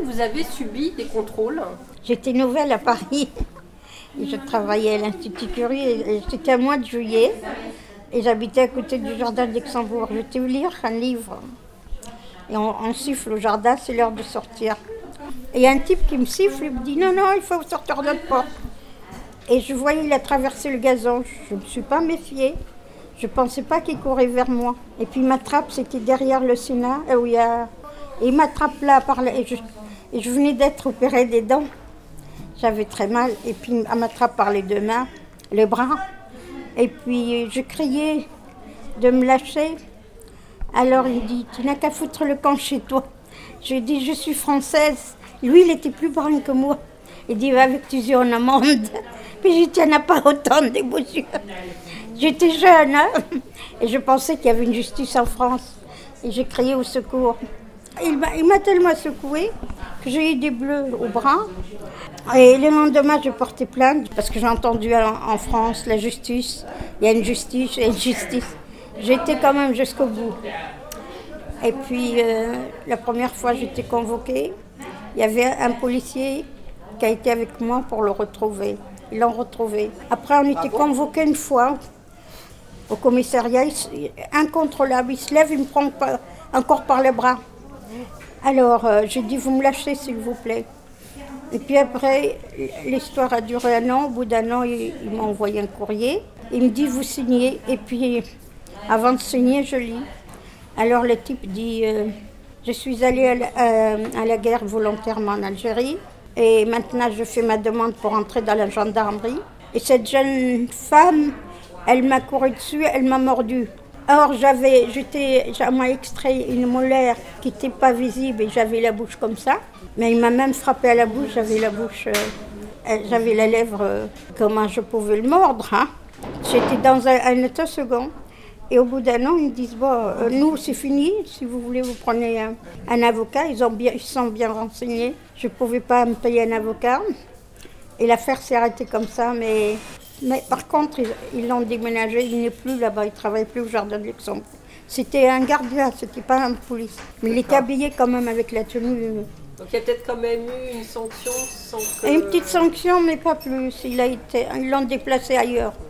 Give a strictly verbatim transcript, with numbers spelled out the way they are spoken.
vous avez subi des contrôles? J'étais nouvelle à Paris. Et je travaillais à l'Institut Curie. Et c'était au mois de juillet. Et j'habitais à côté du jardin de Luxembourg. J'étais lire un livre. Et on, on siffle au jardin, c'est l'heure de sortir. Et il y a un type qui me siffle, il me dit non, non, il faut sortir de notre porte. Et je voyais, il a traversé le gazon. Je ne me suis pas méfiée. Je ne pensais pas qu'il courait vers moi. Et puis il m'attrape, c'était derrière le Sénat. Où il, y a... et il m'attrape là, par là et, je... et je venais d'être opérée des dents. J'avais très mal. Et puis il m'attrape par les deux mains, les bras. Et puis je criais de me lâcher. Alors il dit, tu n'as qu'à foutre le camp chez toi. Je lui ai dit, je suis française. Lui, il était plus brun que moi. Il dit, va avec tes yeux en amande. Puis j'ai dit, il n'y en a pas autant de beaux yeux. J'étais jeune, hein, et je pensais qu'il y avait une justice en France. Et j'ai crié au secours. Il m'a, il m'a tellement secoué que j'ai eu des bleus au bras. Et le lendemain, j'ai porté plainte parce que j'ai entendu en, en France la justice. Il y a une justice, il y a une justice. J'étais quand même jusqu'au bout. Et puis, euh, la première fois, j'étais convoquée. Il y avait un policier qui a été avec moi pour le retrouver. Ils l'ont retrouvé. Après, on était convoqués une fois au commissariat. Il, incontrôlable, il se lève, il me prend pas, encore par les bras. Alors, euh, j'ai dit, vous me lâchez, s'il vous plaît. Et puis après, l'histoire a duré un an. Au bout d'un an, il, il m'a envoyé un courrier. Il me dit, vous signez. Et puis, avant de signer, je lis. Alors, le type dit, euh, je suis allée à la, euh, à la guerre volontairement en Algérie. Et maintenant, je fais ma demande pour entrer dans la gendarmerie. Et cette jeune femme, elle m'a couru dessus, elle m'a mordu. Or, j'avais, j'étais, on m'a extrait une molaire qui n'était pas visible et j'avais la bouche comme ça. Mais il m'a même frappé à la bouche, j'avais la bouche, euh, j'avais la lèvre, euh, comment je pouvais le mordre. Hein. J'étais dans un, un état second. Et au bout d'un an, ils me disent, bon, euh, nous, c'est fini. Si vous voulez, vous prenez un, un avocat. Ils, ont bien, ils sont bien renseignés. Je ne pouvais pas me payer un avocat. Et l'affaire s'est arrêtée comme ça. Mais, mais par contre, ils, ils l'ont déménagé. Il n'est plus là-bas. Il ne travaille plus au jardin de Luxembourg. C'était un gardien, ce n'était pas un police. Mais il était habillé quand même avec la tenue. Donc il y a peut-être quand même eu une sanction sans que... Une petite sanction, mais pas plus. Il a été, ils l'ont déplacé ailleurs.